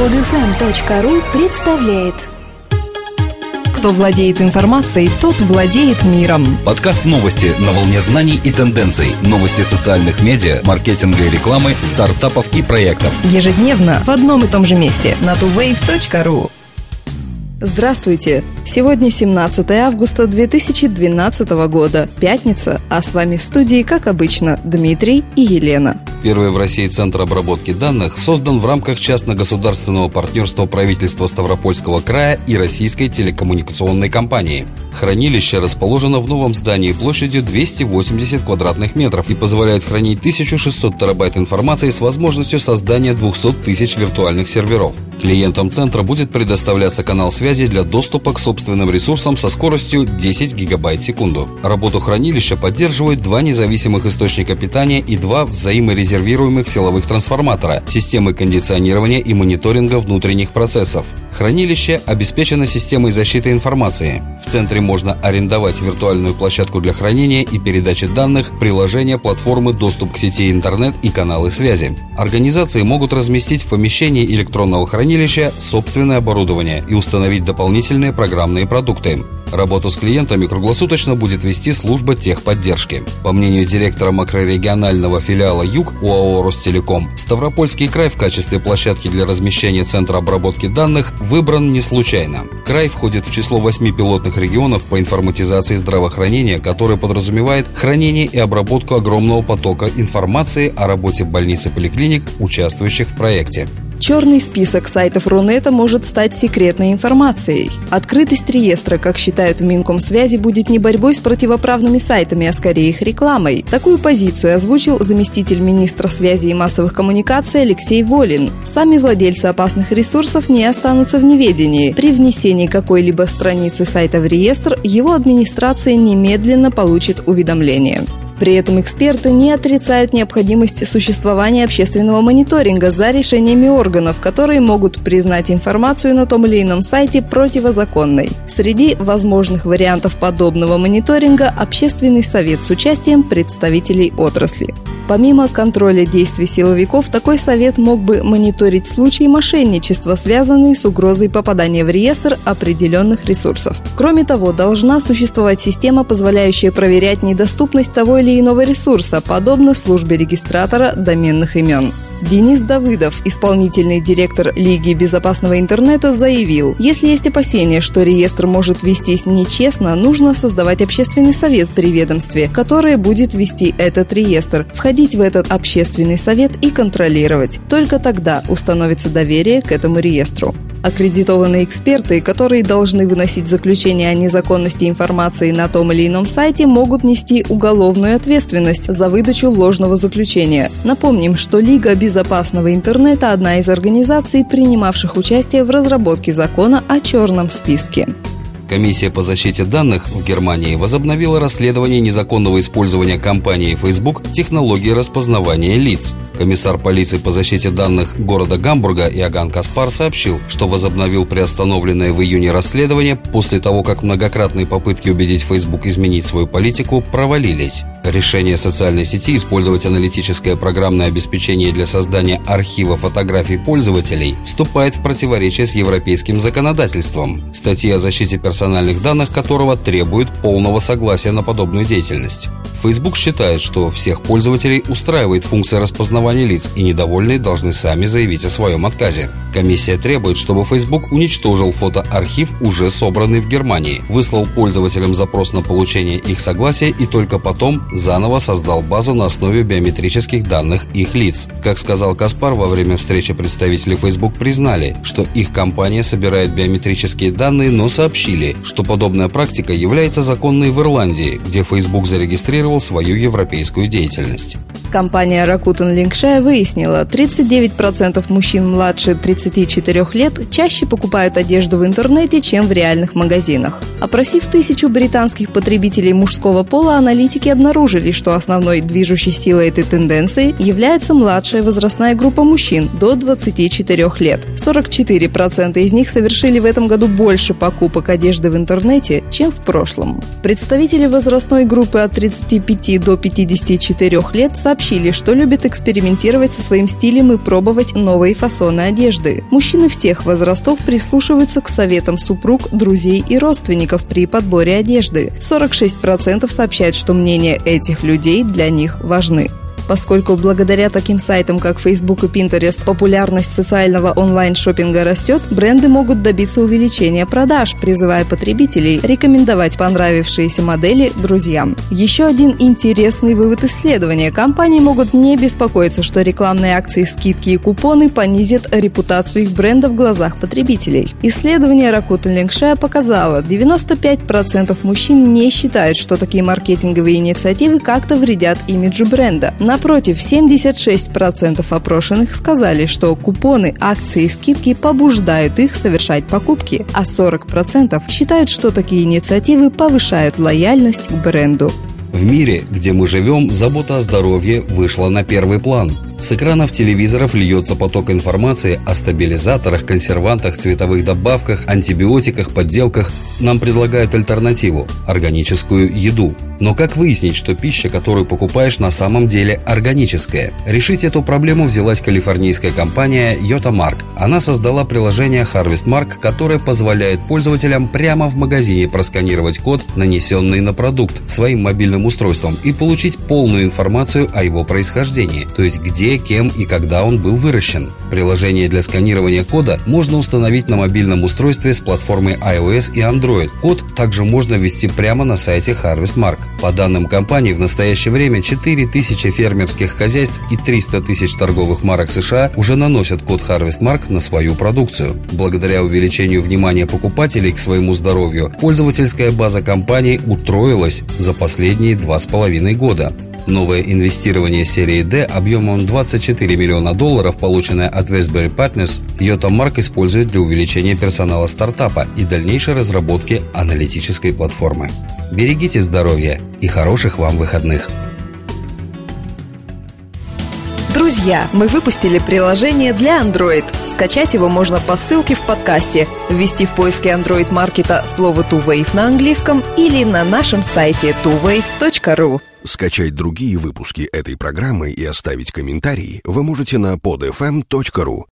Podfm.ru представляет. Кто владеет информацией, тот владеет миром. Подкаст новости на волне знаний и тенденций. Новости социальных медиа, маркетинга и рекламы, стартапов и проектов. Ежедневно в одном и том же месте на tuwave.ru. Здравствуйте! Сегодня 17 августа 2012 года, пятница, а с вами в студии, как обычно, Дмитрий и Елена. Первый в России центр обработки данных создан в рамках частно-государственного партнерства правительства Ставропольского края и Российской телекоммуникационной компании. Хранилище расположено в новом здании площадью 280 квадратных метров и позволяет хранить 1600 терабайт информации с возможностью создания 200 тысяч виртуальных серверов. Клиентам центра будет предоставляться канал связи для доступа к собственным ресурсам со скоростью 10 гигабайт в секунду. Работу хранилища поддерживают два независимых источника питания и два взаиморезервируемых силовых трансформатора, системы кондиционирования и мониторинга внутренних процессов. Хранилище обеспечено системой защиты информации. В центре можно арендовать виртуальную площадку для хранения и передачи данных, приложения, платформы, доступ к сети интернет и каналы связи. Организации могут разместить в помещении электронного хранилища собственное оборудование и установить дополнительные программные продукты. Работу с клиентами круглосуточно будет вести служба техподдержки. По мнению директора макрорегионального филиала «Юг» ОАО «Ростелеком», Ставропольский край в качестве площадки для размещения центра обработки данных выбран не случайно. Край входит в число 8 пилотных регионов по информатизации здравоохранения, которое подразумевает хранение и обработку огромного потока информации о работе больниц и поликлиник, участвующих в проекте. Черный список сайтов Рунета может стать секретной информацией. Открытость реестра, как считают в Минкомсвязи, будет не борьбой с противоправными сайтами, а скорее их рекламой. Такую позицию озвучил заместитель министра связи и массовых коммуникаций Алексей Волин. Сами владельцы опасных ресурсов не останутся в неведении. При внесении какой-либо страницы сайта в реестр, его администрация немедленно получит уведомление. При этом эксперты не отрицают необходимость существования общественного мониторинга за решениями органов, которые могут признать информацию на том или ином сайте противозаконной. Среди возможных вариантов подобного мониторинга – общественный совет с участием представителей отрасли. Помимо контроля действий силовиков, такой совет мог бы мониторить случаи мошенничества, связанные с угрозой попадания в реестр определенных ресурсов. Кроме того, должна существовать система, позволяющая проверять недоступность того или иного ресурса, подобно службе регистратора доменных имен. Денис Давыдов, исполнительный директор Лиги безопасного интернета, заявил: если есть опасения, что реестр может вестись нечестно, нужно создавать общественный совет при ведомстве, которое будет вести этот реестр, входить в этот общественный совет и контролировать. Только тогда установится доверие к этому реестру. Аккредитованные эксперты, которые должны выносить заключение о незаконности информации на том или ином сайте, могут нести уголовную ответственность за выдачу ложного заключения. Напомним, что Лига безопасного интернета – одна из организаций, принимавших участие в разработке закона о черном списке. Комиссия по защите данных в Германии возобновила расследование незаконного использования компанией Facebook технологии распознавания лиц. Комиссар полиции по защите данных города Гамбурга Иоганн Каспар сообщил, что возобновил приостановленное в июне расследование после того, как многократные попытки убедить Facebook изменить свою политику провалились. Решение социальной сети использовать аналитическое программное обеспечение для создания архива фотографий пользователей вступает в противоречие с европейским законодательством, статьи о защите персональных данных которого требуют полного согласия на подобную деятельность. Facebook считает, что всех пользователей устраивает функция распознавания лиц, и недовольные должны сами заявить о своем отказе. Комиссия требует, чтобы Facebook уничтожил фотоархив, уже собранный в Германии, выслал пользователям запрос на получение их согласия и только потом заново создал базу на основе биометрических данных их лиц. Как сказал Каспар, во время встречи представители Facebook признали, что их компания собирает биометрические данные, но сообщили, что подобная практика является законной в Ирландии, где Facebook зарегистрировал свою европейскую деятельность. Компания Rakuten Linkshare выяснила, 39% мужчин младше 34 лет чаще покупают одежду в интернете, чем в реальных магазинах. Опросив 1000 британских потребителей мужского пола, аналитики обнаружили, что основной движущей силой этой тенденции является младшая возрастная группа мужчин до 24 лет. 44% из них совершили в этом году больше покупок одежды в интернете, чем в прошлом. Представители возрастной группы от 35 до 54 лет сообщили, сообщили, что любят экспериментировать со своим стилем и пробовать новые фасоны одежды. Мужчины всех возрастов прислушиваются к советам супруг, друзей и родственников при подборе одежды. 46% сообщают, что мнения этих людей для них важны. Поскольку благодаря таким сайтам, как Facebook и Pinterest, популярность социального онлайн-шоппинга растет, бренды могут добиться увеличения продаж, призывая потребителей рекомендовать понравившиеся модели друзьям. Еще один интересный вывод исследования. Компании могут не беспокоиться, что рекламные акции, скидки и купоны понизят репутацию их бренда в глазах потребителей. Исследование Rakuten Linkshare показало, 95% мужчин не считают, что такие маркетинговые инициативы как-то вредят имиджу бренда. Напротив, 76% опрошенных сказали, что купоны, акции и скидки побуждают их совершать покупки, а 40% считают, что такие инициативы повышают лояльность к бренду. В мире, где мы живем, забота о здоровье вышла на первый план. С экранов телевизоров льется поток информации о стабилизаторах, консервантах, цветовых добавках, антибиотиках, подделках. Нам предлагают альтернативу – органическую еду. Но как выяснить, что пища, которую покупаешь, на самом деле органическая? Решить эту проблему взялась калифорнийская компания YotaMark. Она создала приложение HarvestMark, которое позволяет пользователям прямо в магазине просканировать код, нанесенный на продукт, своим мобильным устройством и получить полную информацию о его происхождении, то есть где, кем и когда он был выращен. Приложение для сканирования кода можно установить на мобильном устройстве с платформой iOS и Android. Код также можно ввести прямо на сайте HarvestMark. По данным компании, в настоящее время 4000 фермерских хозяйств и 300 тысяч торговых марок США уже наносят код HarvestMark на свою продукцию. Благодаря увеличению внимания покупателей к своему здоровью, пользовательская база компании утроилась за последние 2,5 года. Новое инвестирование серии D объемом $24 миллиона, полученное от Westbury Partners, YotaMark использует для увеличения персонала стартапа и дальнейшей разработки аналитической платформы. Берегите здоровье и хороших вам выходных! Друзья, мы выпустили приложение для Android. Скачать его можно по ссылке в подкасте, ввести в поиске Android-маркета слово TwoWave на английском или на нашем сайте twowave.ru. Скачать другие выпуски этой программы и оставить комментарии вы можете на podfm.ru.